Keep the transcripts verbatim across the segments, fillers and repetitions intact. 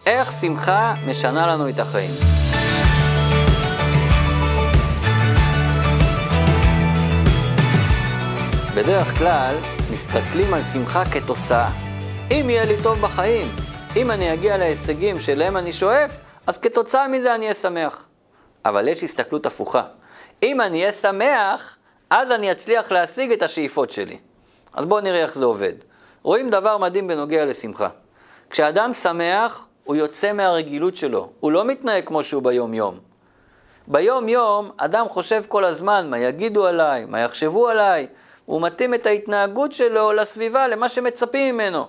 איך שמחה משנה לנו את החיים. בדרך כלל מסתכלים על שמחה כתוצאה. אם יהיה לי טוב בחיים, אם אני אגיע להישגים שלהם אני שואף, אז כתוצאה מזה אני אהיה שמח. אבל יש הסתכלות הפוכה. אם אני אהיה שמח, אז אני אצליח להשיג את השאיפות שלי. אז בואו נראה איך זה עובד. רואים דבר מדהים בנוגע לשמחה. כשאדם שמח, הוא יוצא מהרגילות שלו. הוא לא מתנהג כמו שהוא ביום יום. ביום יום, אדם חושב כל הזמן מה יגידו עליי, מה יחשבו עליי. הוא מתאים את ההתנהגות שלו לסביבה, למה שמצפים ממנו.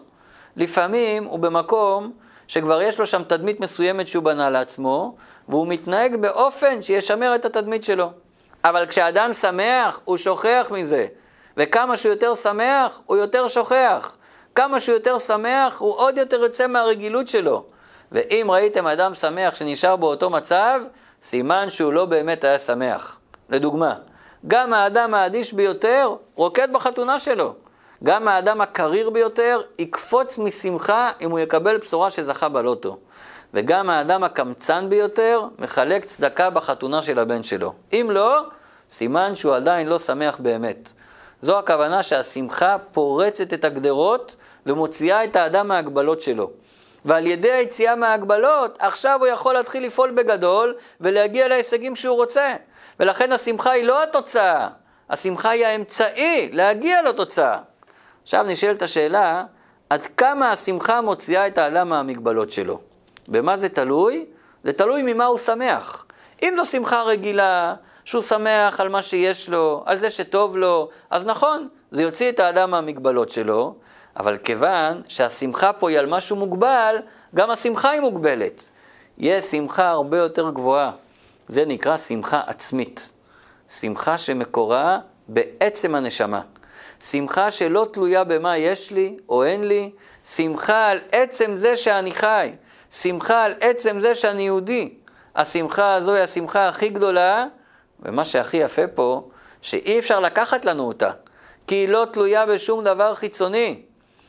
לפעמים הוא במקום שכבר יש לו שם תדמית מסוימת שהוא בנה לעצמו, והוא מתנהג באופן שישמר את התדמית שלו. אבל כשאדם שמח, הוא שוכח מזה. וכמה שהוא יותר שמח, הוא יותר שוכח. כמה שהוא יותר שמח, הוא עוד יותר יוצא מהרגילות שלו. ואם ראיתם אדם שמח שנשאר באותו מצב, סימן שהוא לא באמת היה שמח. לדוגמה, גם האדם האדיש ביותר רוקד בחתונה שלו. גם האדם הקריר ביותר יקפוץ משמחה אם הוא יקבל בשורה שזכה בלוטו. וגם האדם הקמצן ביותר מחלק צדקה בחתונה של הבן שלו. אם לא, סימן שהוא עדיין לא שמח באמת. זו הכוונה שהשמחה פורצת את הגדרות ומוציאה את האדם מההגבלות שלו. ועל ידי היציאה מההגבלות, עכשיו הוא יכול להתחיל לפעול בגדול ולהגיע להישגים שהוא רוצה. ולכן השמחה היא לא התוצאה, השמחה היא האמצעי להגיע לתוצאה. עכשיו נשאלת השאלה, עד כמה השמחה מוציאה את האדם מהמגבלות שלו? במה זה תלוי? זה תלוי ממה הוא שמח. אם זו שמחה רגילה, שהוא שמח על מה שיש לו, על זה שטוב לו, אז נכון, זה יוציא את האדם מהמגבלות שלו, אבל כיוון שהשמחה פה היא על משהו מוגבל, גם השמחה היא מוגבלת. יש שמחה הרבה יותר גבוהה. זה נקרא שמחה עצמית. שמחה שמקורה בעצם הנשמה. שמחה שלא תלויה במה יש לי או אין לי. שמחה על עצם זה שאני חי. שמחה על עצם זה שאני יהודי. השמחה הזו היא השמחה הכי גדולה, ומה שהכי יפה פה, שאי אפשר לקחת לנו אותה, כי היא לא תלויה בשום דבר חיצוני.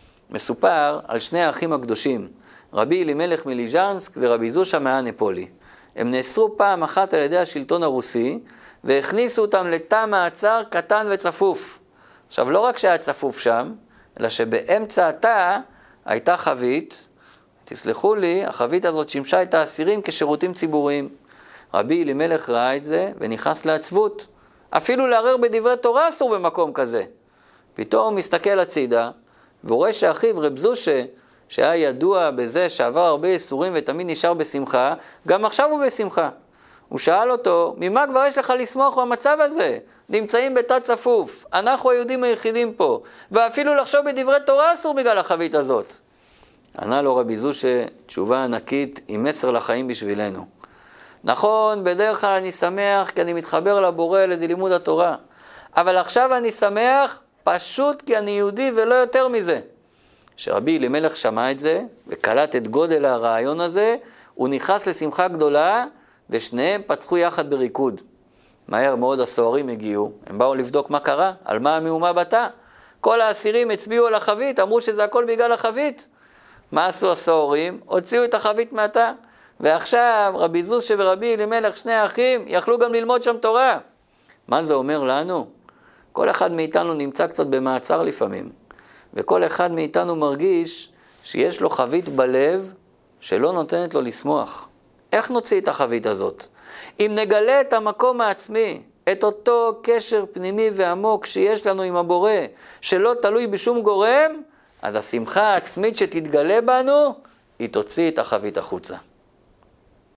מסופר על שני האחים הקדושים, רבי אלימלך מליז'נסק ורבי זושה מהנפולי. הם נאסרו פעם אחת על ידי השלטון הרוסי, והכניסו אותם לתא מעצר קטן וצפוף. עכשיו, לא רק שהיה צפוף שם, אלא שבאמצע התא הייתה חבית, תסלחו לי, החבית הזאת שימשה את האסירים כשירותים ציבוריים. רבי אלימלך ראה את זה ונכנס לעצבות. אפילו לערער בדברי תורה אסור במקום כזה. פתאום הוא מסתכל הצידה, והוא רואה שאחיו רב זושה, שהיה ידוע בזה שעבר הרבה איסורים ותמיד נשאר בשמחה, גם עכשיו הוא בשמחה. הוא שאל אותו, ממה כבר יש לך לשמוח במצב הזה? נמצאים בתא צפוף, אנחנו היהודים היחידים פה, ואפילו לחשוב בדברי תורה אסור בגלל החבית הזאת. ענה לו רבי זושה, תשובה ענקית עם מסר לחיים בשבילנו. נכון, בדרך כלל אני שמח כי אני מתחבר לבורא ללימוד התורה, אבל עכשיו אני שמח פשוט כי אני יהודי ולא יותר מזה. כשרבי אלימלך שמע את זה וקלט את גודל הרעיון הזה, הוא נכנס לשמחה גדולה ושניהם פצחו יחד בריקוד. מהר מאוד הסוהרים הגיעו, הם באו לבדוק מה קרה, על מה המהומה בתא. כל האסירים הצביעו על החבית, אמרו שזה הכל בגלל החבית. מה עשו הסוהרים? הוציאו את החבית מהתא. ועכשיו רבי זושה ורבי אלימלך, שני האחים, יכלו גם ללמוד שם תורה. מה זה אומר לנו? כל אחד מאיתנו נמצא קצת במעצר לפעמים. וכל אחד מאיתנו מרגיש שיש לו חבית בלב שלא נותנת לו לשמוח. איך נוציא את החבית הזאת? אם נגלה את המקום העצמי, את אותו קשר פנימי ועמוק שיש לנו עם הבורא, שלא תלוי בשום גורם, אז השמחה העצמית שתתגלה בנו, היא תוציא את החבית החוצה.